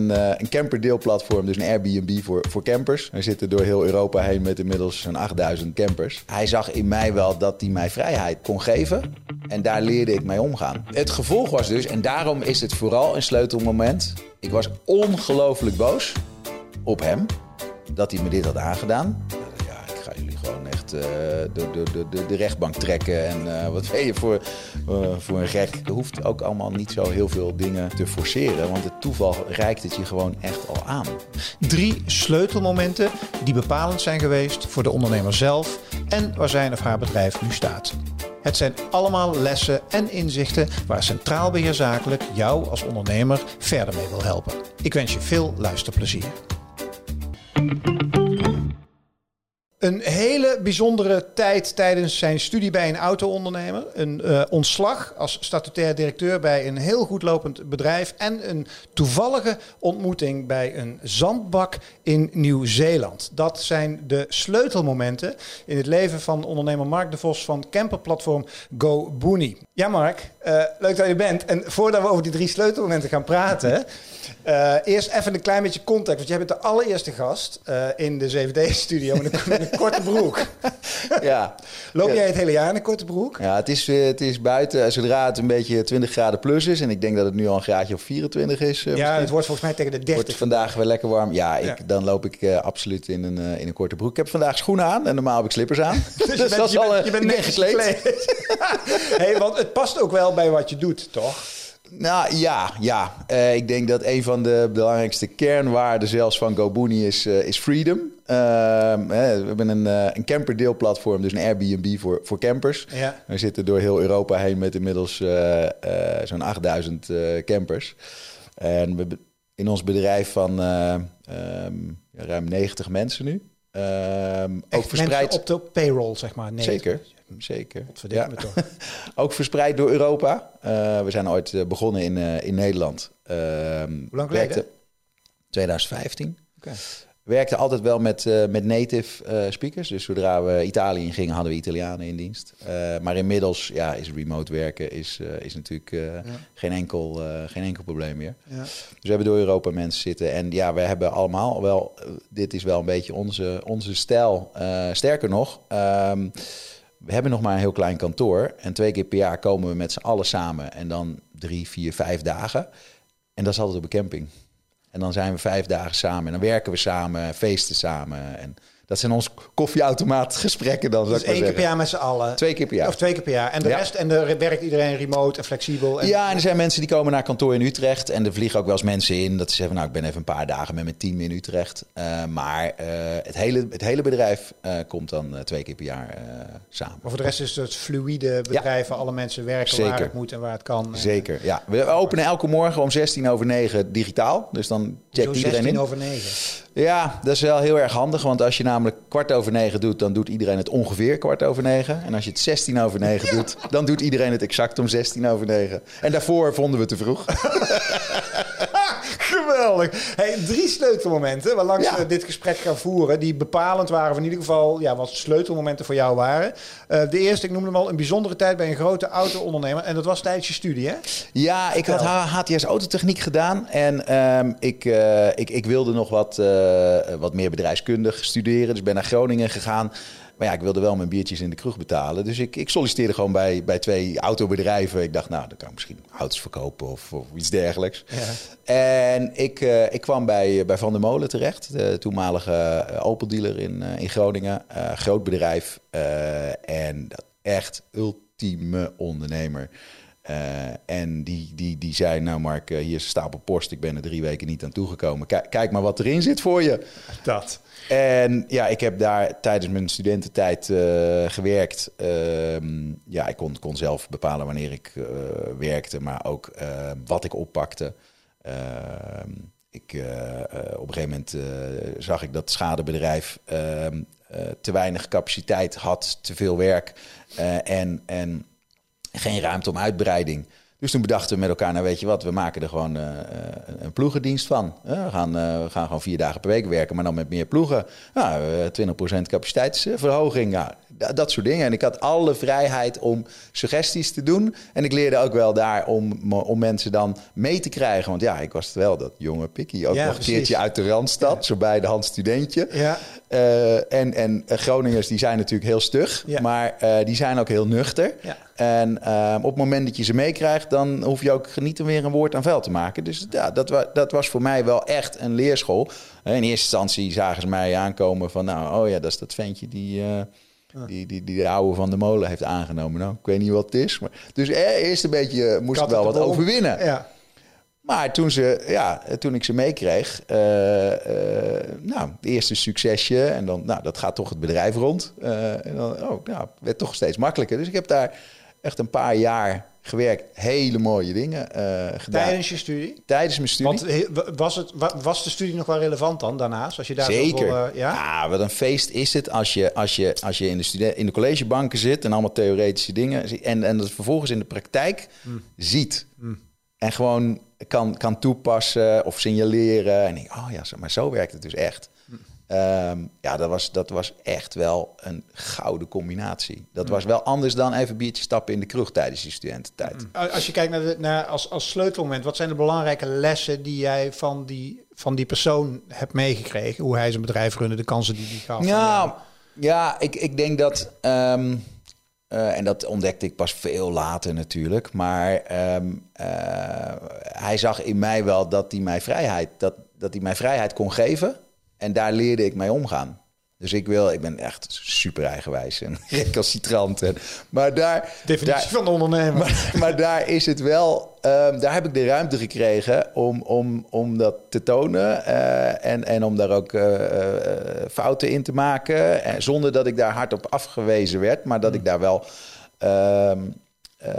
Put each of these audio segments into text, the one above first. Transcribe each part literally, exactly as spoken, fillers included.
een, uh, een camperdeelplatform, dus een Airbnb voor, voor campers. We zitten door heel Europa heen met inmiddels zo'n achtduizend campers. Hij zag in mij wel dat hij mij vrijheid kon geven. En daar leerde ik mee omgaan. Het gevolg was dus, en daarom is het vooral een sleutelmoment. Ik was ongelooflijk boos op hem dat hij me dit had aangedaan. Ja, ik ga jullie gewoon echt uh, de, de, de, de rechtbank trekken. En uh, wat ben je voor, uh, voor een gek. Er hoeft ook allemaal niet zo heel veel dingen te forceren. Want het toeval reikt het je gewoon echt al aan. Drie sleutelmomenten die bepalend zijn geweest voor de ondernemer zelf en waar zijn of haar bedrijf nu staat. Het zijn allemaal lessen en inzichten waar Centraal Beheer Zakelijk jou als ondernemer verder mee wil helpen. Ik wens je veel luisterplezier. Een hele bijzondere tijd tijdens zijn studie bij een auto-ondernemer. Een uh, ontslag als statutair directeur bij een heel goed lopend bedrijf. En een toevallige ontmoeting bij een zandbak in Nieuw-Zeeland. Dat zijn de sleutelmomenten in het leven van ondernemer Mark de Vos van camperplatform GoBooney. Ja Mark, uh, leuk dat je bent. En voordat we over die drie sleutelmomenten gaan praten... Uh, eerst even een klein beetje context. Want jij bent de allereerste gast uh, in de zeven D-studio met een, met een korte broek. Ja. Loop ja. jij het hele jaar in een korte broek? Ja, het is, uh, het is buiten. Zodra het een beetje twintig graden plus is. En ik denk dat het nu al een graadje of vierentwintig is. Uh, ja, misschien. het wordt volgens mij tegen de dertig. Wordt het vandaag weer lekker warm. Ja, ik, ja. dan loop ik uh, absoluut in een, uh, in een korte broek. Ik heb vandaag schoenen aan en normaal heb ik slippers aan. dus je bent, dat je is al bent, je bent net gekleed. Hey, want het past ook wel bij wat je doet, toch? Nou ja, ja. Uh, ik denk dat een van de belangrijkste kernwaarden zelfs van GoBooney is, uh, is freedom. Uh, we hebben een, uh, een camperdeelplatform, dus een Airbnb voor, voor campers. Ja. We zitten door heel Europa heen met inmiddels uh, uh, zo'n achtduizend uh, campers. En we in ons bedrijf van uh, um, ruim negentig mensen nu. Um, ook verspreid op de payroll, zeg maar. negentig. Zeker. Zeker. Ja. Me toch. Ook verspreid door Europa. Uh, we zijn ooit uh, begonnen in, uh, in Nederland. Uh, Hoe lang geleden? twintig vijftien. Okay. We werkten altijd wel met, uh, met native uh, speakers. Dus zodra we Italië in gingen, hadden we Italianen in dienst. Uh, maar inmiddels ja, is remote werken is, uh, is natuurlijk uh, ja. geen, enkel, uh, geen enkel probleem meer. Ja. Dus we hebben door Europa mensen zitten. En ja, we hebben allemaal wel... Uh, dit is wel een beetje onze, onze stijl. Uh, sterker nog... Um, We hebben nog maar een heel klein kantoor. En twee keer per jaar komen we met z'n allen samen. En dan drie, vier, vijf dagen. En dat is altijd op een camping. En dan zijn we vijf dagen samen. En dan werken we samen, feesten samen. En dat zijn onze koffieautomaatgesprekken dan. Dus één keer per jaar met z'n allen? Twee keer per jaar. Of twee keer per jaar. En de ja. rest, en er werkt iedereen remote en flexibel? En... Ja, en er zijn mensen die komen naar kantoor in Utrecht. En er vliegen ook wel eens mensen in. Dat ze zeggen, nou, ik ben even een paar dagen met mijn team in Utrecht. Uh, maar uh, het, hele, het hele bedrijf uh, komt dan uh, twee keer per jaar uh, samen. Maar voor de rest is het fluïde bedrijf waar ja. alle mensen werken Zeker. Waar het moet en waar het kan. Zeker, ja. We openen elke morgen om zestien over negen digitaal. Dus dan checkt Zo iedereen in. zestien over negen? Ja, dat is wel heel erg handig. Want als je namelijk kwart over negen doet, dan doet iedereen het ongeveer kwart over negen. En als je het zestien over negen doet, dan doet iedereen het exact om zestien over negen. En daarvoor vonden we het te vroeg. Geweldig. Hey, drie sleutelmomenten waarlangs ja. we dit gesprek gaan voeren, die bepalend waren, of in ieder geval ja, wat sleutelmomenten voor jou waren. Uh, de eerste, ik noemde hem al, een bijzondere tijd bij een grote auto-ondernemer. En dat was tijdens je studie, hè? Ja, ik had H T S autotechniek gedaan. En um, ik, uh, ik, ik wilde nog wat, uh, wat meer bedrijfskundig studeren. Dus ben naar Groningen gegaan. Maar ja, ik wilde wel mijn biertjes in de kroeg betalen. Dus ik, ik solliciteerde gewoon bij, bij twee autobedrijven. Ik dacht, nou, dan kan ik misschien auto's verkopen of, of iets dergelijks. Ja. En ik, uh, ik kwam bij, bij Van der Molen terecht. De toenmalige Opel-dealer in, uh, in Groningen. Uh, groot bedrijf. Uh, en echt ultieme ondernemer. Uh, en die, die, die zei, nou Mark, uh, hier is een stapel post. Ik ben er drie weken niet aan toegekomen. Kijk, kijk maar wat erin zit voor je. Dat. En ja, ik heb daar tijdens mijn studententijd uh, gewerkt. Uh, ja, ik kon, kon zelf bepalen wanneer ik uh, werkte, maar ook uh, wat ik oppakte. Uh, ik, uh, uh, op een gegeven moment uh, zag ik dat het schadebedrijf uh, uh, te weinig capaciteit had, te veel werk uh, en, en geen ruimte om uitbreiding. Dus toen bedachten we met elkaar, nou weet je wat, we maken er gewoon uh, een ploegendienst van. Uh, we, gaan, uh, we gaan gewoon vier dagen per week werken, maar dan met meer ploegen. Nou, uh, twintig procent capaciteitsverhoging, ja, dat, dat soort dingen. En ik had alle vrijheid om suggesties te doen. En ik leerde ook wel daar om, om mensen dan mee te krijgen. Want ja, ik was wel dat jonge pikkie, ook ja, nog een keertje uit de Randstad, ja. Zo bij de hand studentje. Ja. Uh, en, en Groningers, die zijn natuurlijk heel stug, ja. maar uh, die zijn ook heel nuchter. Ja. En uh, op het moment dat je ze meekrijgt, dan hoef je ook niet meer een woord aan vuil te maken. Dus ja, dat, wa- dat was voor mij wel echt een leerschool. In eerste instantie zagen ze mij aankomen van, nou, oh ja, dat is dat ventje die, uh, ja. die, die, die de oude van de molen heeft aangenomen. Nou, ik weet niet wat het is. Maar, dus eh, eerst een beetje moest ik wel wat overwinnen. Ja. Maar toen, ze, ja, toen ik ze meekreeg, uh, uh, nou, het eerste succesje. En dan, nou, dat gaat toch het bedrijf rond. Uh, en dan, oh, nou, het werd toch steeds makkelijker. Dus ik heb daar echt een paar jaar gewerkt. Hele mooie dingen uh, gedaan. Tijdens je studie? Tijdens mijn studie. Want was, het, was de studie nog wel relevant dan daarnaast? Als je daar Zeker. Zoveel, uh, ja? ja, wat een feest is het als je, als je, als je in, de studen- in de collegebanken zit en allemaal theoretische dingen. En, en dat vervolgens in de praktijk mm. ziet. Mm. En gewoon kan, kan toepassen of signaleren. En denk, oh ja, maar zo werkt het dus echt. Mm. Um, ja, dat was, dat was echt wel een gouden combinatie. Dat mm. was wel anders dan even biertje stappen in de kroeg tijdens je studententijd. Mm. Als je kijkt naar, de, naar als, als sleutelmoment, wat zijn de belangrijke lessen die jij van die, van die persoon hebt meegekregen? Hoe hij zijn bedrijf runde, de kansen die hij gaf? Nou, ja, ik, ik denk dat... Um, Uh, en dat ontdekte ik pas veel later natuurlijk. Maar um, uh, hij zag in mij wel dat hij mij vrijheid, dat, dat hij mij vrijheid kon geven. En daar leerde ik mee omgaan. Dus ik wil, ik ben echt super eigenwijs en recalcitrant. En, maar daar... Definitie daar, van de ondernemer. Maar, maar daar is het wel... Um, daar heb ik de ruimte gekregen om, om, om dat te tonen. Uh, en, en om daar ook uh, uh, fouten in te maken. En zonder dat ik daar hard op afgewezen werd. Maar dat ik daar wel... Uh, uh,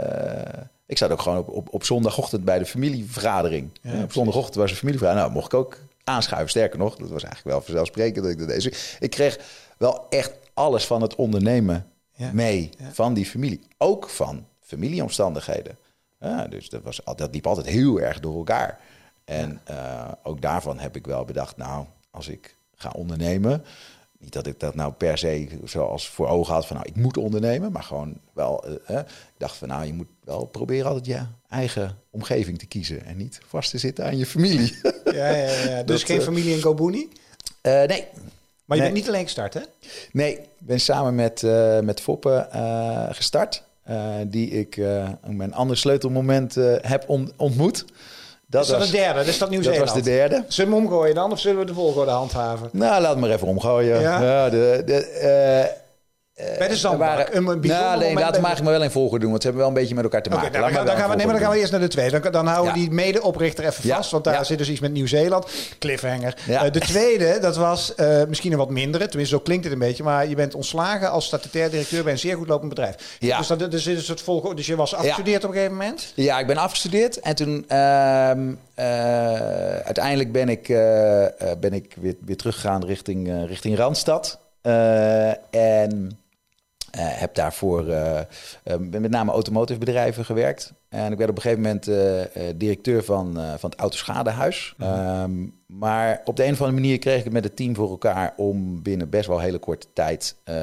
ik zat ook gewoon op, op, op zondagochtend bij de familievergadering. Ja, uh, op zondagochtend was een familievergadering. Nou, mocht ik ook aanschuiven. Sterker nog, dat was eigenlijk wel vanzelfsprekend dat ik dat deed. Dus ik kreeg wel echt alles van het ondernemen ja. mee. Ja. Van die familie. Ook van familieomstandigheden. Ja, dus dat, was, dat liep altijd heel erg door elkaar. En uh, ook daarvan heb ik wel bedacht, nou, als ik ga ondernemen... Niet dat ik dat nou per se zoals voor ogen had van, nou, ik moet ondernemen. Maar gewoon wel, uh, uh, ik dacht van, nou, je moet wel proberen altijd je eigen omgeving te kiezen. En niet vast te zitten aan je familie. Ja, ja, ja. Dus dat, geen uh, familie in GoBooney? Uh, nee. Maar je nee. bent niet alleen gestart, hè? Nee, ik ben samen met, uh, met Foppe uh, gestart. Uh, die ik uh, op mijn andere sleutelmoment uh, heb on- ontmoet. Dat is dat was, de derde? Dus dat Nieuw-Zeeland? Dat was de derde. Zullen we hem omgooien dan? Of zullen we de volgorde handhaven? Nou, laat me maar even omgooien. Ja? Ja, de, de, uh, Bij de zandbak. Waren, een nou, nee, laten we maar eigenlijk maar wel in volgorde doen. Want ze hebben wel een beetje met elkaar te maken. Okay, nou, dan, dan, gaan we, nee, maar dan gaan we eerst naar de tweede. Dan, dan houden we ja. die medeoprichter even vast. Ja. Want daar ja. zit dus iets met Nieuw-Zeeland. Cliffhanger. Ja. Uh, de tweede, dat was uh, misschien een wat mindere. Tenminste, zo klinkt het een beetje. Maar je bent ontslagen als statutair directeur bij een zeer goed lopend bedrijf. Ja. Dus, dat, dus, is een volgorde, dus je was afgestudeerd ja. op een gegeven moment? Ja, ik ben afgestudeerd. En toen... Uh, Uh, uiteindelijk ben ik, uh, uh, ben ik weer, weer teruggegaan richting, uh, richting Randstad. Uh, en uh, heb daarvoor uh, uh, met name automotive bedrijven gewerkt. En ik werd op een gegeven moment uh, uh, directeur van, uh, van het Autoschadehuis. Mm-hmm. Um, maar op de een of andere manier kreeg ik het met het team voor elkaar om binnen best wel hele korte tijd uh,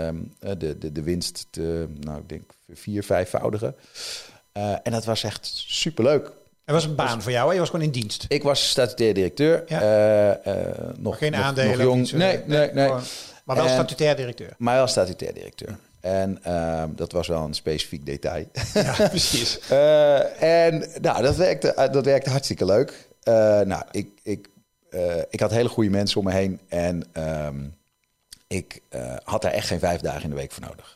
de, de, de winst te, nou, ik denk vier, vijfvoudigen. Uh, en dat was echt superleuk. Er was een baan dus, voor jou, hè? Je was gewoon in dienst. Ik was statutair directeur. Ja. Uh, uh, nog, geen nog, aandelen? Nog jong. Zo, nee, nee, nee. Gewoon, maar wel en, statutair directeur? Maar wel statutair directeur. Ja. En uh, dat was wel een specifiek detail. Ja, precies. uh, en nou, dat werkte, uh, dat werkte hartstikke leuk. Uh, nou, ik, ik, uh, ik had hele goede mensen om me heen. En um, ik uh, had daar echt geen vijf dagen in de week voor nodig.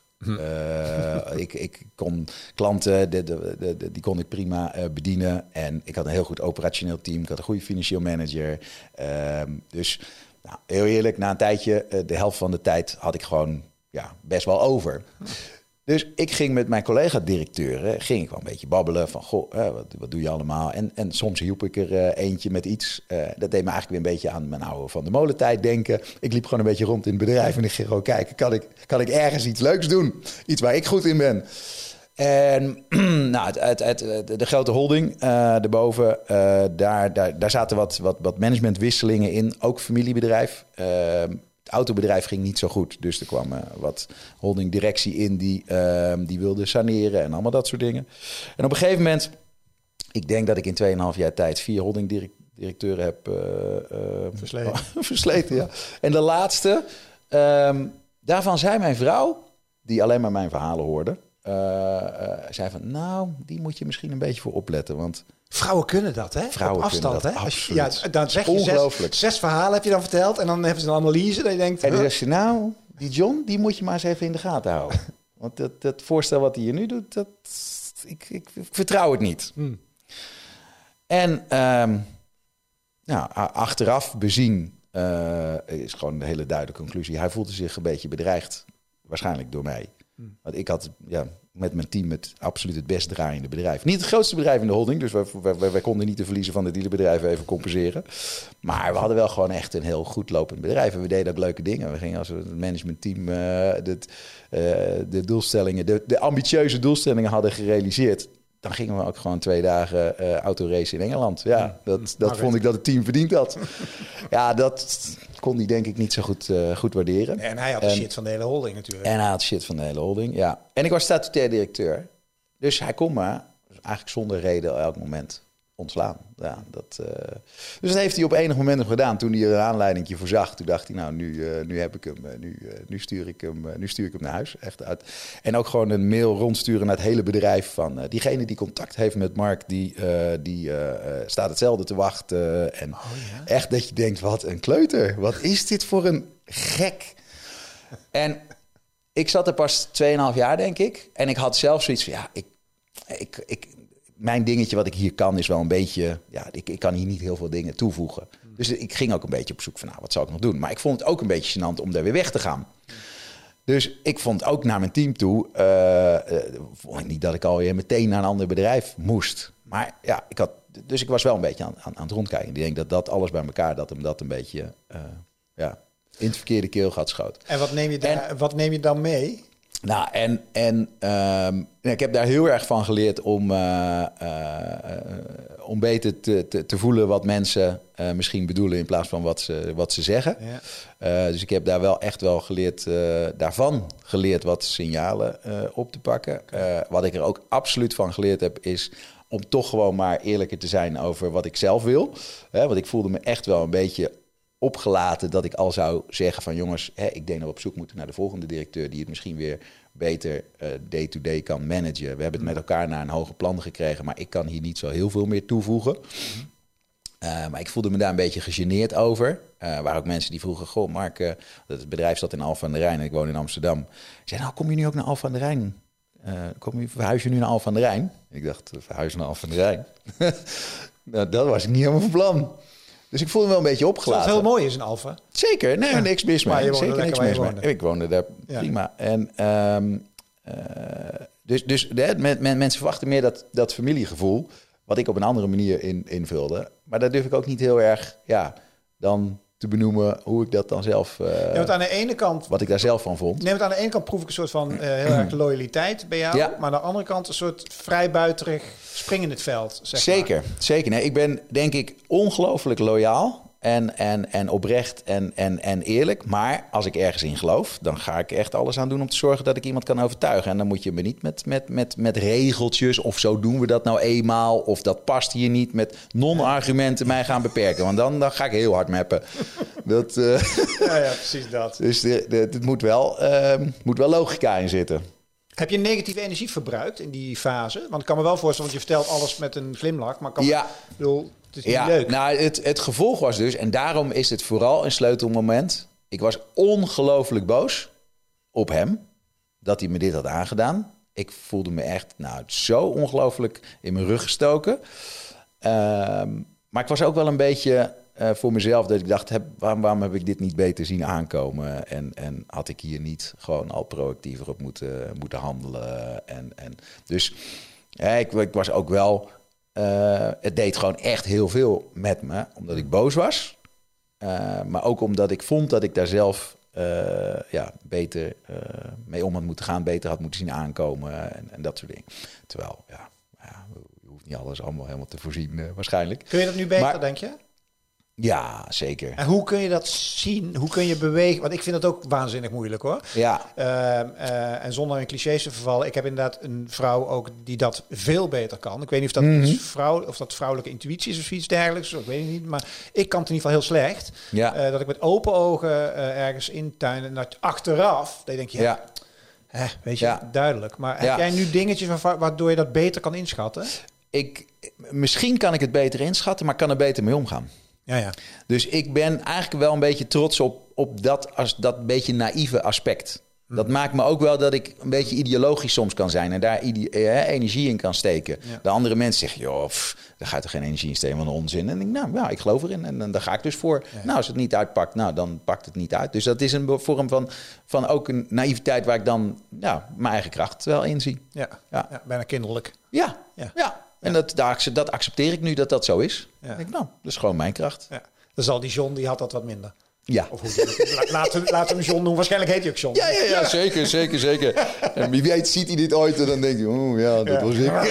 Uh, ik, ik kon klanten, de, de, de, de, die kon ik prima uh, bedienen. En ik had een heel goed operationeel team. Ik had een goede financieel manager. Uh, dus nou, heel eerlijk, na een tijdje, uh, de helft van de tijd had ik gewoon ja, best wel over. Dus ik ging met mijn collega-directeuren, ging ik wel een beetje babbelen van, goh, uh, wat, wat doe je allemaal? En, en soms hielp ik er uh, eentje met iets. Uh, dat deed me eigenlijk weer een beetje aan mijn oude Van de Molentijd denken. Ik liep gewoon een beetje rond in het bedrijf en ik ging gewoon kijken, kan ik, kan ik ergens iets leuks doen? Iets waar ik goed in ben. En nou, het, het, het, de grote holding uh, daarboven, uh, daar, daar, daar zaten wat, wat, wat managementwisselingen in. Ook familiebedrijf. Uh, het autobedrijf ging niet zo goed. Dus er kwam uh, wat holdingdirectie in die, uh, die wilde saneren en allemaal dat soort dingen. En op een gegeven moment, ik denk dat ik in twee en een half jaar tijd vier holdingdirecteuren heb uh, uh, versleten. Oh, versleten ja. En de laatste, um, daarvan zei mijn vrouw, die alleen maar mijn verhalen hoorde... Uh, uh, zei van, nou, die moet je misschien een beetje voor opletten, want... Vrouwen kunnen dat, hè? Vrouwen op afstand, dat, hè? Als je, ja, dan zeg je ongelooflijk. Zes, zes verhalen heb je dan verteld en dan hebben ze een analyse dat je denkt... En dan zegt ze, nou, die John, die moet je maar eens even in de gaten houden. Want dat, dat voorstel wat hij hier nu doet, dat, ik, ik, ik vertrouw het niet. Hmm. En um, nou, achteraf bezien uh, is gewoon de hele duidelijke conclusie. Hij voelde zich een beetje bedreigd, waarschijnlijk door mij. Want ik had ja, met mijn team het absoluut het best draaiende bedrijf. Niet het grootste bedrijf in de holding, dus wij, wij, wij konden niet de verliezen van de dealerbedrijven even compenseren. Maar we hadden wel gewoon echt een heel goed lopend bedrijf. En we deden ook leuke dingen. We gingen als het managementteam uh, de, uh, de doelstellingen, de, de ambitieuze doelstellingen hadden gerealiseerd. Dan gingen we ook gewoon twee dagen uh, autoracen in Engeland. Ja, dat, dat vond ik dat het team verdiend had. Ja, dat kon hij denk ik niet zo goed, uh, goed waarderen. En hij had de en, shit van de hele holding natuurlijk. En hij had shit van de hele holding, ja. En ik was statutair directeur. Dus hij kon me eigenlijk zonder reden elk moment ontslaan. Ja, dat, uh... Dus dat heeft hij op enig moment nog gedaan. Toen hij er een aanleidingje voor zag. Toen dacht hij, nou, nu, uh, nu heb ik hem. Uh, nu, uh, nu, stuur ik hem uh, nu stuur ik hem naar huis. Echt uit. En ook gewoon een mail rondsturen naar het hele bedrijf. Van uh, diegene die contact heeft met Mark, die, uh, die uh, uh, staat hetzelfde te wachten. En oh, ja? Echt dat je denkt, wat een kleuter. Wat is dit voor een gek? En ik zat er pas tweeënhalf jaar, denk ik. En ik had zelf zoiets van, ja, ik... ik, ik mijn dingetje wat ik hier kan is wel een beetje... Ja, ik, ik kan hier niet heel veel dingen toevoegen. Dus ik ging ook een beetje op zoek van... nou, wat zou ik nog doen? Maar ik vond het ook een beetje gênant om daar weer weg te gaan. Dus ik vond ook naar mijn team toe... Uh, uh, vond ik niet dat ik alweer meteen naar een ander bedrijf moest. Maar ja, ik had... Dus ik was wel een beetje aan, aan, aan het rondkijken. Ik denk dat dat alles bij elkaar... dat hem dat een beetje... Uh, ja, in het verkeerde keelgat schoot. En wat neem je, daar, en, wat neem je dan mee? Nou, en, en um, ik heb daar heel erg van geleerd om, uh, uh, om beter te, te, te voelen wat mensen uh, misschien bedoelen in plaats van wat ze, wat ze zeggen. Ja. Uh, dus ik heb daar wel echt wel geleerd, uh, daarvan geleerd wat signalen uh, op te pakken. Uh, wat ik er ook absoluut van geleerd heb is om toch gewoon maar eerlijker te zijn over wat ik zelf wil. Uh, want ik voelde me echt wel een beetje opgelaten dat ik al zou zeggen van jongens, hè, ik denk dat we op zoek moeten naar de volgende directeur die het misschien weer beter uh, day-to-day kan managen. We hebben het met elkaar naar een hoger plan gekregen, maar ik kan hier niet zo heel veel meer toevoegen. Uh, maar ik voelde me daar een beetje gegeneerd over. Uh, waar ook mensen die vroegen, goh Mark, uh, het bedrijf zat in Alphen aan de Rijn en ik woon in Amsterdam. Ik zei, nou kom je nu ook naar Alphen aan de Rijn? Uh, kom je, verhuis je nu naar Alphen aan de Rijn? Ik dacht, verhuizen naar Alphen aan de Rijn? Nou, dat was ik niet helemaal van plan. Dus ik voelde me wel een beetje opgelaten. Dat is heel mooi is een Alpha. Zeker, nee, ja. niks mis mee. Zeker niks mis mee. Ik woonde daar ja. prima. En um, uh, dus, dus de, men, men, mensen verwachten meer dat, dat familiegevoel, wat ik op een andere manier in, invulde. Maar daar durf ik ook niet heel erg, ja, dan te benoemen hoe ik dat dan zelf... Uh, ja, want aan de ene kant... Wat ik daar zelf van vond. Nee, want aan de ene kant proef ik een soort van uh, heel erg loyaliteit bij jou. Ja. Maar aan de andere kant een soort vrijbuiterig spring in het veld, zeg Zeker, maar. zeker. Nee, ik ben denk ik ongelooflijk loyaal en, en, en oprecht en, en, en eerlijk. Maar als ik ergens in geloof, dan ga ik echt alles aan doen om te zorgen dat ik iemand kan overtuigen. En dan moet je me niet met, met, met, met regeltjes of zo doen we dat nou eenmaal. Of dat past hier niet met non-argumenten mij gaan beperken. Want dan, dan ga ik heel hard mappen. Dat, uh, ja, ja, precies dat. Dus het moet, wel, uh, moet wel logica in zitten. Heb je negatieve energie verbruikt in die fase? Want ik kan me wel voorstellen, want je vertelt alles met een glimlach. Maar kan ja. ik bedoel, het is niet ja, leuk. Nou, het, het gevolg was dus, en daarom is het vooral een sleutelmoment. Ik was ongelooflijk boos op hem dat hij me dit had aangedaan. Ik voelde me echt nou, zo ongelooflijk in mijn rug gestoken. Um, maar ik was ook wel een beetje... Uh, voor mezelf, dat ik dacht, heb, waarom, waarom heb ik dit niet beter zien aankomen? En, en had ik hier niet gewoon al proactiever op moeten, moeten handelen? En, en dus ja, ik, ik was ook wel... Uh, het deed gewoon echt heel veel met me, omdat ik boos was. Uh, maar ook omdat ik vond dat ik daar zelf uh, ja, beter uh, mee om had moeten gaan, beter had moeten zien aankomen en, en dat soort dingen. Terwijl, ja, ja, je hoeft niet alles allemaal helemaal te voorzien uh, waarschijnlijk. Kun je dat nu beter, maar, denk je? Ja, zeker. En hoe kun je dat zien? Hoe kun je bewegen? Want ik vind dat ook waanzinnig moeilijk, hoor. Ja. Uh, uh, en zonder in clichés te vervallen, ik heb inderdaad een vrouw ook die dat veel beter kan. Ik weet niet of dat, mm-hmm. iets vrouw, of dat vrouwelijke intuïtie is of iets dergelijks. Ik weet het niet, maar ik kan het in ieder geval heel slecht. Ja. Uh, dat ik met open ogen uh, ergens intuin en dat achteraf, dan denk je, ja, ja. Hè, weet je, ja. duidelijk. Maar ja. heb jij nu dingetjes waarva- waardoor je dat beter kan inschatten? Ik, misschien kan ik het beter inschatten, maar kan er beter mee omgaan. Ja, ja. Dus ik ben eigenlijk wel een beetje trots op, op dat, als, dat beetje naïeve aspect. Hmm. Dat maakt me ook wel dat ik een beetje ideologisch soms kan zijn en daar ide- eh, energie in kan steken. Ja. De andere mensen zeggen, joh, pff, daar ga je toch geen energie in steken, wat een onzin. En ik denk, nou, ja, ik geloof erin en, en daar ga ik dus voor. Ja. Nou, als het niet uitpakt, nou, dan pakt het niet uit. Dus dat is een vorm van, van ook een naïviteit waar ik dan ja, mijn eigen kracht wel in zie. Ja, ja. ja bijna kinderlijk. Ja, ja. ja. En dat, dat accepteer ik nu dat dat zo is. Ja. Dan denk ik, nou, dat is gewoon mijn kracht. Ja. Dan zal die John, die had dat wat minder. Ja. Of hoe, laten, laten we hem John doen. Waarschijnlijk heet hij ook John. Ja, ja, ja, zeker, zeker, zeker. En wie weet ziet hij dit ooit en dan denkt hij, oh ja, dat ja. was ik.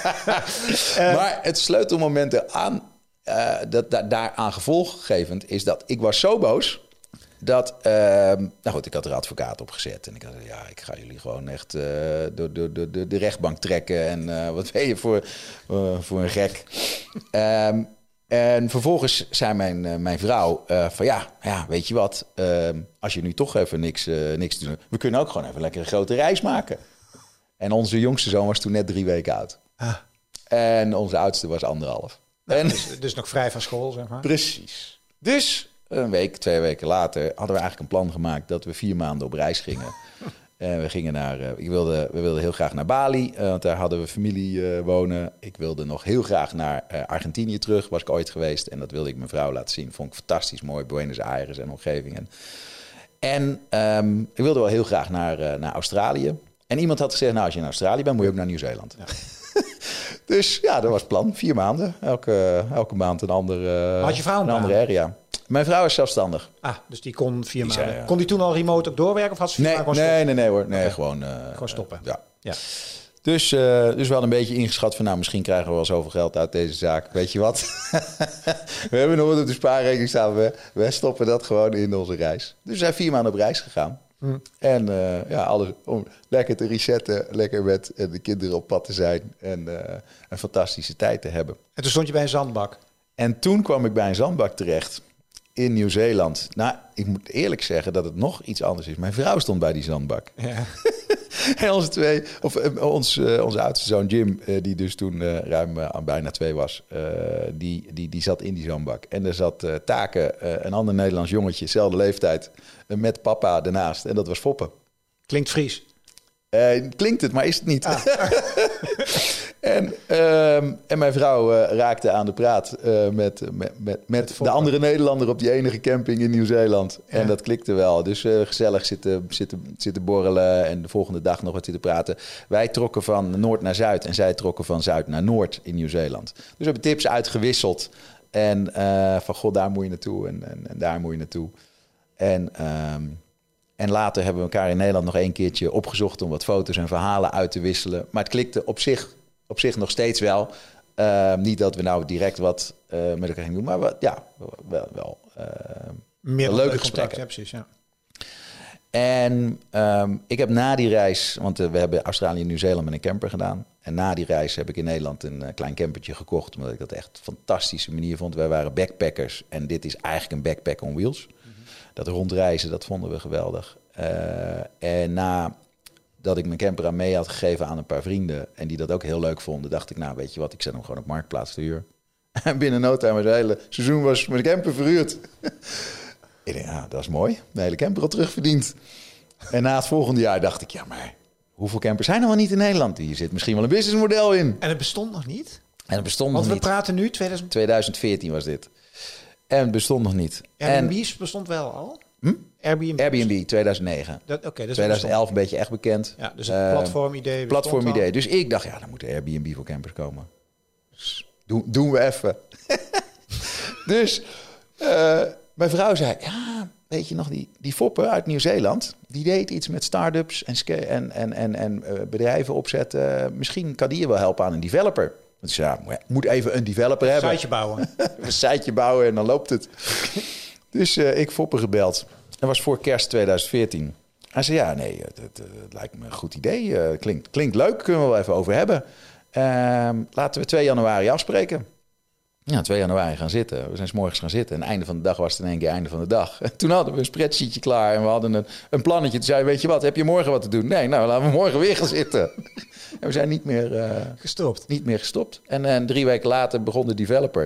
uh, maar het sleutelmoment aan, uh, dat, da, daaraan gevolggevend is dat ik was zo boos dat, uh, nou goed, ik had er advocaat op gezet. En ik had ja, ik ga jullie gewoon echt uh, door, door, door, door de rechtbank trekken. En uh, wat ben je voor, uh, voor een gek. um, en vervolgens zei mijn, uh, mijn vrouw uh, van ja, ja, weet je wat. Uh, als je nu toch even niks, uh, niks te doen. We kunnen ook gewoon even lekker een grote reis maken. En onze jongste zoon was toen net drie weken oud. Ah. En onze oudste was anderhalf. Nou, en, dus, dus nog vrij van school, zeg maar. Precies. Dus een week, twee weken later hadden we eigenlijk een plan gemaakt dat we vier maanden op reis gingen. En we gingen naar, uh, ik wilde, we wilden heel graag naar Bali, uh, want daar hadden we familie uh, wonen. Ik wilde nog heel graag naar uh, Argentinië terug, was ik ooit geweest. En dat wilde ik mijn vrouw laten zien. Vond ik fantastisch mooi, Buenos Aires en omgeving. En um, ik wilde wel heel graag naar, uh, naar Australië. En iemand had gezegd, nou als je in Australië bent, moet je ook naar Nieuw-Zeeland. Ja. Dus ja, dat was het plan. Vier maanden. Elke, elke maand een andere, uh, had je vrouw een andere area. Mijn vrouw is zelfstandig. Ah, dus die kon vier die maanden. Zei, ja. Kon die toen al remote ook doorwerken of had ze vier nee, maanden nee, gewoon nee, nee hoor. Nee, okay. gewoon, uh, gewoon stoppen. Uh, ja. ja. Dus, uh, dus we hadden een beetje ingeschat van nou, misschien krijgen we wel zoveel geld uit deze zaak. Weet je wat? We hebben nog wat op de spaarrekening staan. We, we stoppen dat gewoon in onze reis. Dus we zijn vier maanden op reis gegaan. Hmm. En uh, ja, alles om lekker te resetten, lekker met de kinderen op pad te zijn en uh, een fantastische tijd te hebben. En toen stond je bij een zandbak. En toen kwam ik bij een zandbak terecht in Nieuw-Zeeland. Nou, ik moet eerlijk zeggen dat het nog iets anders is. Mijn vrouw stond bij die zandbak. Ja. En onze twee, of uh, ons, uh, onze oudste zoon Jim, uh, die dus toen uh, ruim uh, aan bijna twee was, uh, die, die, die zat in die zandbak. En er zat uh, Taken, uh, een ander Nederlands jongetje, dezelfde leeftijd, uh, met papa ernaast. En dat was Foppe. Klinkt Fries. Uh, klinkt het, maar is het niet. Ah. en, uh, en mijn vrouw uh, raakte aan de praat uh, met, met, met, met de andere Nederlander op die enige camping in Nieuw-Zeeland. Ja. En dat klikte wel. Dus uh, gezellig zitten, zitten, zitten borrelen en de volgende dag nog wat zitten praten. Wij trokken van Noord naar Zuid en zij trokken van Zuid naar Noord in Nieuw-Zeeland. Dus we hebben tips uitgewisseld. En uh, van god, daar moet je naartoe en, en, en daar moet je naartoe. En... Um, En later hebben we elkaar in Nederland nog een keertje opgezocht om wat foto's en verhalen uit te wisselen. Maar het klikte op zich, op zich nog steeds wel. Uh, niet dat we nou direct wat uh, met elkaar gingen doen, maar wat, ja, wel, wel uh, meer een leuke gesprekken. Ja, precies, ja. En um, ik heb na die reis, want uh, we hebben Australië en Nieuw-Zeeland met een camper gedaan. En na die reis heb ik in Nederland een uh, klein campertje gekocht, omdat ik dat echt een fantastische manier vond. Wij waren backpackers en dit is eigenlijk een backpack on wheels. Dat rondreizen, dat vonden we geweldig. Uh, en nadat ik mijn camper aan mee had gegeven aan een paar vrienden... en die dat ook heel leuk vonden, dacht ik... nou, weet je wat, ik zet hem gewoon op Marktplaats te huur. En binnen no time, het hele seizoen was mijn camper verhuurd. Ik denk, ja, dat is mooi. Mijn hele camper al terugverdiend. En na het volgende jaar dacht ik, ja, maar... hoeveel campers zijn er wel niet in Nederland? Hier zit misschien wel een businessmodel in. En het bestond nog niet? En het bestond Want nog niet. Want we praten nu, tweeduizend... tweeduizend veertien was dit. En het bestond nog niet. Airbnb en... bestond wel al? Hm? Airbnb, Airbnb tweeduizend negen. Dat, okay, dat tweeduizend elf een beetje echt bekend. Ja, dus een platformidee. Uh, platformidee. Dus ik dacht, ja, dan moet Airbnb voor campers komen. Dus doen, doen we even. Dus uh, mijn vrouw zei, ja, weet je nog, die, die Foppe uit Nieuw-Zeeland... die deed iets met start-ups en, sca- en, en, en, en uh, bedrijven opzetten. Misschien kan die je wel helpen aan een developer. Dus ja, moet even een developer een hebben. Een siteje bouwen. Een siteje bouwen en dan loopt het. Dus uh, ik Foppe gebeld. Dat was voor kerst twintig veertien. Hij zei, ja, nee, het, het, het lijkt me een goed idee. Uh, klinkt, klinkt leuk, kunnen we wel even over hebben. Uh, laten we twee januari afspreken. Ja, twee januari gaan zitten. We zijn 's morgens gaan zitten. En einde van de dag was het in één keer einde van de dag. En toen hadden we een spreadsheetje klaar en we hadden een, een plannetje. Toen zei, weet je wat, heb je morgen wat te doen? Nee, nou, laten we morgen weer gaan zitten. En we zijn niet meer, uh, gestopt. Niet meer gestopt. En, en drie weken later begon de developer.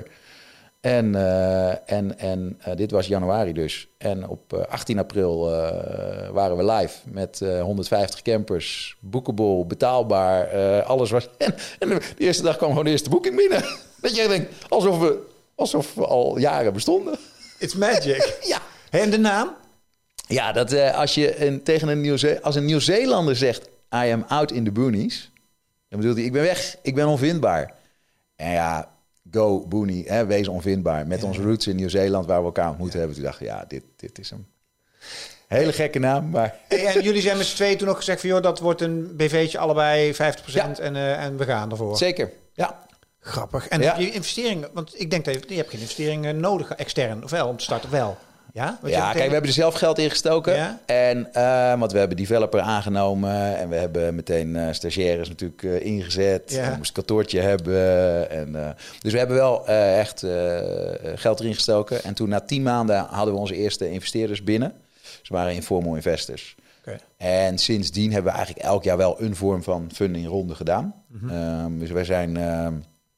En, uh, en, en uh, dit was januari dus. En op uh, achttien april uh, waren we live met uh, honderdvijftig campers. Boekable, betaalbaar, uh, alles was... En, en de eerste dag kwam gewoon de eerste boeking binnen. Dat je denkt, alsof we, alsof we al jaren bestonden. It's magic. Ja. Hey, en de naam? Ja, dat uh, als je een, tegen een Nieuw-Zee- als een Nieuw-Zeelander zegt... I am out in the boonies. Dan bedoelt hij, ik ben weg, ik ben onvindbaar. En ja... Go, Boenie, hè, wees onvindbaar. Met ja. onze roots in Nieuw-Zeeland, waar we elkaar ontmoet ja. hebben. Toen dacht ik, ja, dit, dit is hem. Hele gekke naam, maar... Hey, en jullie zijn met z'n tweeën toen ook gezegd van... joh, dat wordt een B V'tje, allebei vijftig procent ja. en, uh, en we gaan ervoor. Zeker, ja. Grappig. En ja. heb je investeringen... Want ik denk dat je, je hebt geen investeringen nodig, extern, of wel, om te starten wel. Ja, ja kijk, we hebben er zelf geld in gestoken. Ja? En, uh, want we hebben developer aangenomen. En we hebben meteen uh, stagiaires natuurlijk uh, ingezet. Ja. We moesten een kantoortje hebben. En, uh, dus we hebben wel uh, echt uh, geld erin gestoken. En toen na tien maanden hadden we onze eerste investeerders binnen. Ze waren informal investors. Okay. En sindsdien hebben we eigenlijk elk jaar wel een vorm van funding ronde gedaan. Mm-hmm. Um, dus wij zijn... Uh,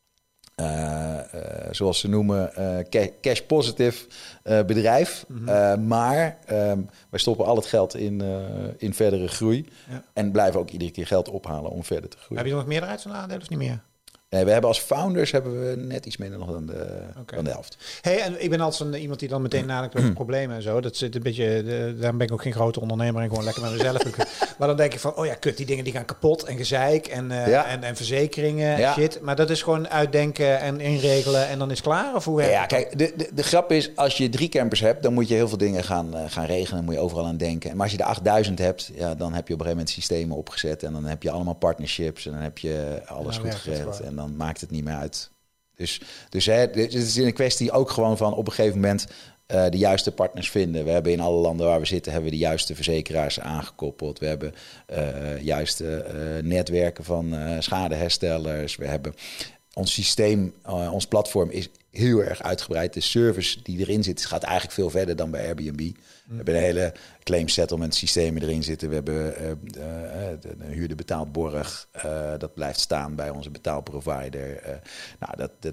Uh, uh, zoals ze noemen, uh, cash positive uh, bedrijf. Mm-hmm. Uh, maar um, wij stoppen al het geld in, uh, in verdere groei. Ja. En blijven ook iedere keer geld ophalen om verder te groeien. Heb je nog meerderheid van de aandelen of niet meer? Nee, we hebben als founders hebben we net iets minder nog dan de, okay. dan de helft. Hey, en ik ben als een, iemand die dan meteen nadenkt over problemen en zo. Dat zit een beetje, de, daarom ben ik ook geen grote ondernemer en gewoon lekker met mezelf. Maar dan denk ik van, oh ja, kut, die dingen die gaan kapot en gezeik en, uh, ja. en, en verzekeringen ja. en shit. Maar dat is gewoon uitdenken en inregelen en dan is het klaar? Of hoe ja, kijk, de, de, de grap is, als je drie campers hebt, dan moet je heel veel dingen gaan, uh, gaan regelen. Dan moet je overal aan denken. Maar als je er achtduizend hebt, ja, dan heb je op een gegeven moment systemen opgezet. En dan heb je allemaal partnerships en dan heb je alles ja, goed geregeld. En dan maakt het niet meer uit. Dus, dus hè, het is een kwestie ook gewoon van op een gegeven moment uh, de juiste partners vinden. We hebben in alle landen waar we zitten, hebben we de juiste verzekeraars aangekoppeld. We hebben uh, juiste uh, netwerken van uh, schadeherstellers. We hebben ons systeem, uh, ons platform is heel erg uitgebreid. De service die erin zit gaat eigenlijk veel verder dan bij Airbnb. Mm. We hebben een hele claim settlement systemen erin zitten. We hebben uh, uh, de, de huurder betaalt borg. Uh, dat blijft staan bij onze betaalprovider. Uh, nou, dat, dat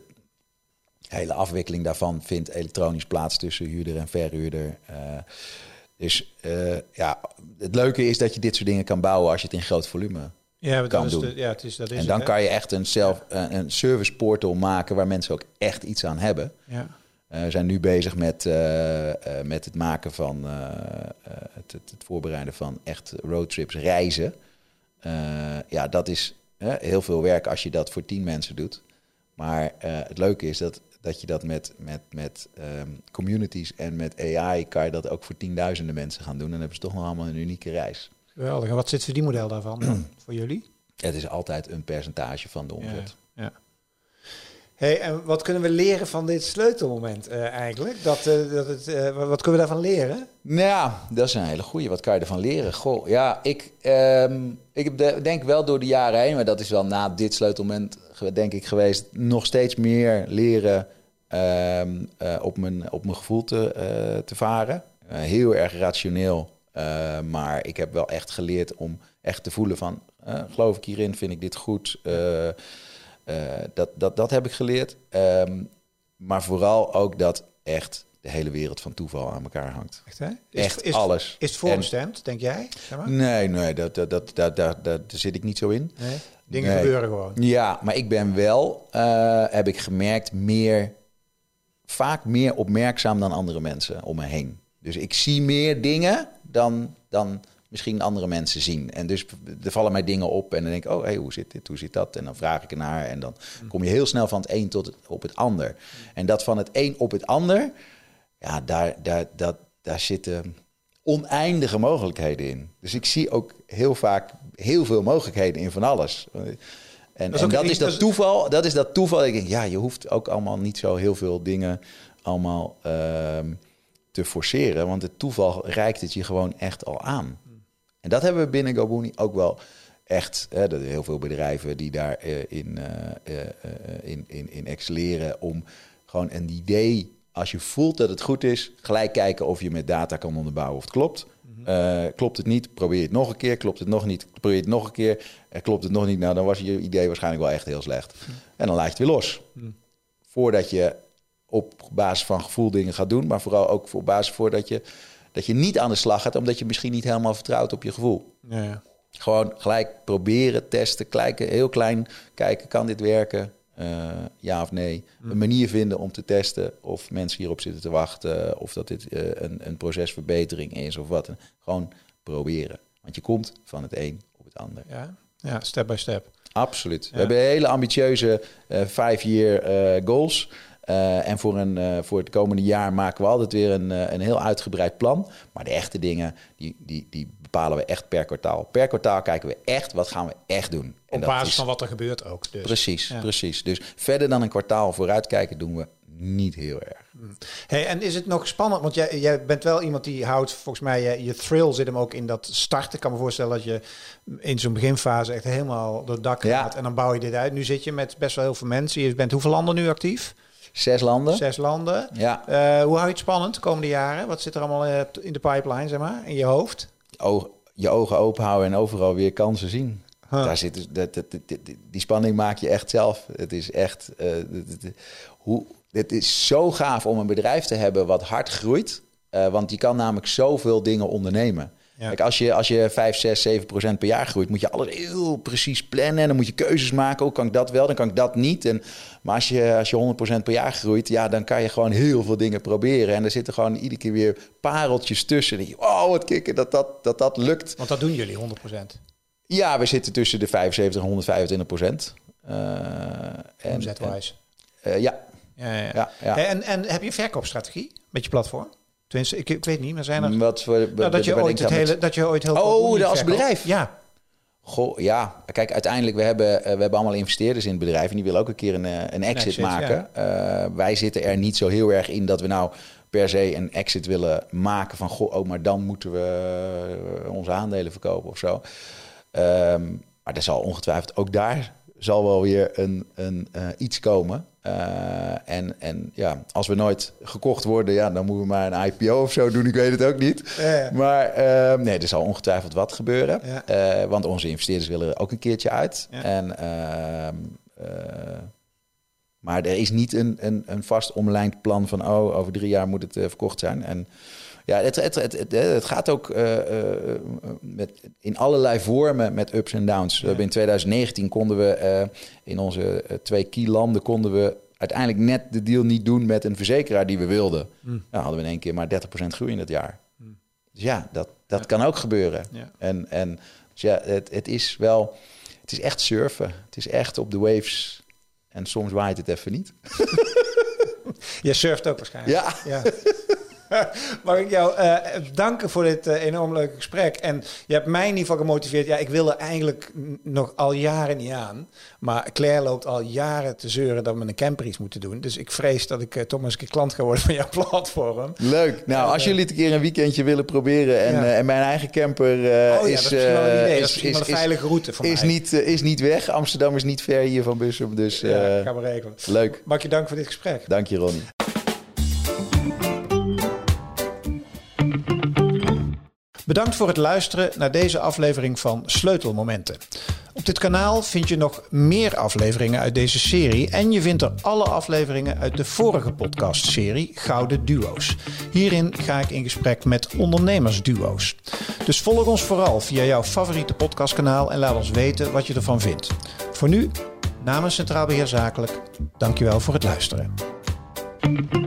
hele afwikkeling daarvan vindt elektronisch plaats tussen huurder en verhuurder. Uh, dus uh, ja, het leuke is dat je dit soort dingen kan bouwen als je het in groot volume ja, kan dat doen. Is de, ja, het is, dat is en dan het, kan je echt een, self, een service portal maken waar mensen ook echt iets aan hebben. Ja. Uh, we zijn nu bezig met, uh, uh, met het maken van uh, uh, het, het, het voorbereiden van echt roadtrips, reizen. Uh, ja, dat is uh, heel veel werk als je dat voor tien mensen doet. Maar uh, het leuke is dat, dat je dat met, met, met um, communities en met A I kan je dat ook voor tienduizenden mensen gaan doen. En dan hebben ze toch nog allemaal een unieke reis. Geweldig. En wat zit voor die model daarvan dan, voor jullie? Het is altijd een percentage van de omzet. Ja, ja. Hey, en wat kunnen we leren van dit sleutelmoment uh, eigenlijk? Dat, uh, dat het, uh, wat kunnen we daarvan leren? Nou ja, dat is een hele goeie. Wat kan je ervan leren? Goh, ja, ik, um, ik heb de, denk wel door de jaren heen, maar dat is wel na dit sleutelmoment, denk ik, geweest, nog steeds meer leren um, uh, op, mijn, op mijn gevoel te, uh, te varen. Uh, heel erg rationeel, uh, maar ik heb wel echt geleerd om echt te voelen van, uh, geloof ik hierin, vind ik dit goed? Uh, Uh, dat, dat, dat heb ik geleerd. Um, maar vooral ook dat echt de hele wereld van toeval aan elkaar hangt. Echt, hè? Is, echt is, alles. Is het voorbestemd, denk jij? Zeg maar? Nee, nee, dat, dat, dat, dat, dat, daar zit ik niet zo in. Nee? Dingen nee. gebeuren gewoon. Ja, maar ik ben wel, uh, heb ik gemerkt, meer, vaak meer opmerkzaam dan andere mensen om me heen. Dus ik zie meer dingen dan... dan misschien andere mensen zien. En dus er vallen mij dingen op en dan denk ik, oh, hey, hoe zit dit, hoe zit dat? En dan vraag ik ernaar en dan kom je heel snel van het een tot het, op het ander. En dat van het een op het ander, ja, daar, daar, dat, daar zitten oneindige mogelijkheden in. Dus ik zie ook heel vaak heel veel mogelijkheden in van alles. En dat is, en dat, is dat toeval. Dat is dat toeval. Ik denk, ja, je hoeft ook allemaal niet zo heel veel dingen allemaal uh, te forceren. Want het toeval reikt het je gewoon echt al aan. En dat hebben we binnen GoBooney ook wel echt. Hè, er zijn heel veel bedrijven die daarin uh, in, uh, uh, in, in, in excelleren. Om gewoon een idee, als je voelt dat het goed is, gelijk kijken of je met data kan onderbouwen of het klopt. Uh, klopt het niet, probeer het nog een keer. Klopt het nog niet, probeer het nog een keer. Uh, klopt het nog niet, nou dan was je idee waarschijnlijk wel echt heel slecht. Mm. En dan laat je het weer los. Mm. Voordat je op basis van gevoel dingen gaat doen, maar vooral ook op basis voordat je, dat je niet aan de slag gaat, omdat je misschien niet helemaal vertrouwt op je gevoel. Ja, ja. Gewoon gelijk proberen, testen, kijken, heel klein kijken, kan dit werken? Uh, ja of nee. Mm. Een manier vinden om te testen of mensen hierop zitten te wachten, of dat dit uh, een, een procesverbetering is of wat. Gewoon proberen. Want je komt van het een op het ander. Ja, ja, step by step. Absoluut. Ja. We hebben hele ambitieuze uh, five-year uh, goals. Uh, en voor, een, uh, voor het komende jaar maken we altijd weer een, uh, een heel uitgebreid plan. Maar de echte dingen, die, die, die bepalen we echt per kwartaal. Per kwartaal kijken we echt, wat gaan we echt doen. En op basis is, van wat er gebeurt ook. Dus. Precies, ja. precies. Dus verder dan een kwartaal vooruitkijken doen we niet heel erg. Hey, en is het nog spannend? Want jij, jij bent wel iemand die houdt, volgens mij, je, je thrill zit hem ook in dat starten. Ik kan me voorstellen dat je in zo'n beginfase echt helemaal door het dak gaat. Ja. En dan bouw je dit uit. Nu zit je met best wel heel veel mensen. Je bent hoeveel landen nu actief? Zes landen. Zes landen. Ja. Uh, hoe hou je het spannend de komende jaren? Wat zit er allemaal uh, in de pipeline, zeg maar, in je hoofd? O, je ogen open houden en overal weer kansen zien. Huh. Daar zit, dat, dat, dat, die spanning maak je echt zelf. Het is echt... Uh, dat, dat, hoe, het is zo gaaf om een bedrijf te hebben wat hard groeit. Uh, want je kan namelijk zoveel dingen ondernemen. Ja. Kijk, als je, als je vijf, zes, zeven procent per jaar groeit, moet je alles heel precies plannen. En dan moet je keuzes maken. Ook kan ik dat wel, dan kan ik dat niet. En, maar als je, als je honderd procent per jaar groeit, ja, dan kan je gewoon heel veel dingen proberen. En er zitten gewoon iedere keer weer pareltjes tussen. En je, oh, wat kicken dat dat, dat dat lukt. Want dat doen jullie, honderd procent? Ja, we zitten tussen de vijfenzeventig en honderdvijfentwintig procent. Uh, Omzetwijze. Uh, ja. Ja, ja. ja, ja. En, en heb je een verkoopstrategie met je platform? Tenminste, ik, ik weet niet, maar zijn er... Wat voor, nou, dat, je ooit het hele, dat je ooit heel... Oh, de, als bedrijf? Ja. Goh, ja. Kijk, uiteindelijk, we hebben, we hebben allemaal investeerders in het bedrijf en die willen ook een keer een, een exit, exit maken. Ja. Uh, wij zitten er niet zo heel erg in dat we nou per se een exit willen maken van, goh, oh, maar dan moeten we onze aandelen verkopen of zo. Um, maar er zal ongetwijfeld ook daar zal wel weer een, een, uh, iets komen. Uh, en, en ja, als we nooit gekocht worden, ja, dan moeten we maar een I P O of zo doen. Ik weet het ook niet. Ja, ja. Maar uh, nee, er zal ongetwijfeld wat gebeuren. Ja. Uh, want onze investeerders willen er ook een keertje uit. Ja. En, uh, uh, maar er is niet een, een, een vast omlijnd plan van, oh, over drie jaar moet het uh, verkocht zijn. En ja, het, het, het, het, het gaat ook uh, uh, met, in allerlei vormen met ups en downs. Ja. In twintig negentien konden we uh, in onze uh, twee key landen konden we uiteindelijk net de deal niet doen met een verzekeraar die we wilden. Mm. Dan hadden we in één keer maar dertig procent groei in dat jaar. Mm. Dus ja, dat, dat ja. kan ook gebeuren. Ja. En, en dus ja, het, het is wel, het is echt surfen. Het is echt op de waves. En soms waait het even niet. Je surft ook waarschijnlijk. Ja. ja. Mag ik jou uh, danken voor dit uh, enorm leuke gesprek. En je hebt mij in ieder geval gemotiveerd. Ja, ik wil er eigenlijk nog al jaren niet aan. Maar Claire loopt al jaren te zeuren dat we een camper iets moeten doen. Dus ik vrees dat ik uh, toch maar eens een keer klant ga worden van jouw platform. Leuk. Nou, als jullie het een keer een weekendje willen proberen. En, ja. uh, en mijn eigen camper uh, oh, ja, is... Dat is misschien wel een idee. Uh, dat is misschien wel een veilige route voor is mij. Niet, uh, is niet weg. Amsterdam is niet ver hier van Bussum. Dus uh, ja, gaan we regelen. Leuk. Mag ik je danken voor dit gesprek. Dank je, Ronnie. Bedankt voor het luisteren naar deze aflevering van Sleutelmomenten. Op dit kanaal vind je nog meer afleveringen uit deze serie en je vindt er alle afleveringen uit de vorige podcastserie Gouden Duo's. Hierin ga ik in gesprek met ondernemersduo's. Dus volg ons vooral via jouw favoriete podcastkanaal en laat ons weten wat je ervan vindt. Voor nu, namens Centraal Beheer Zakelijk, dankjewel voor het luisteren.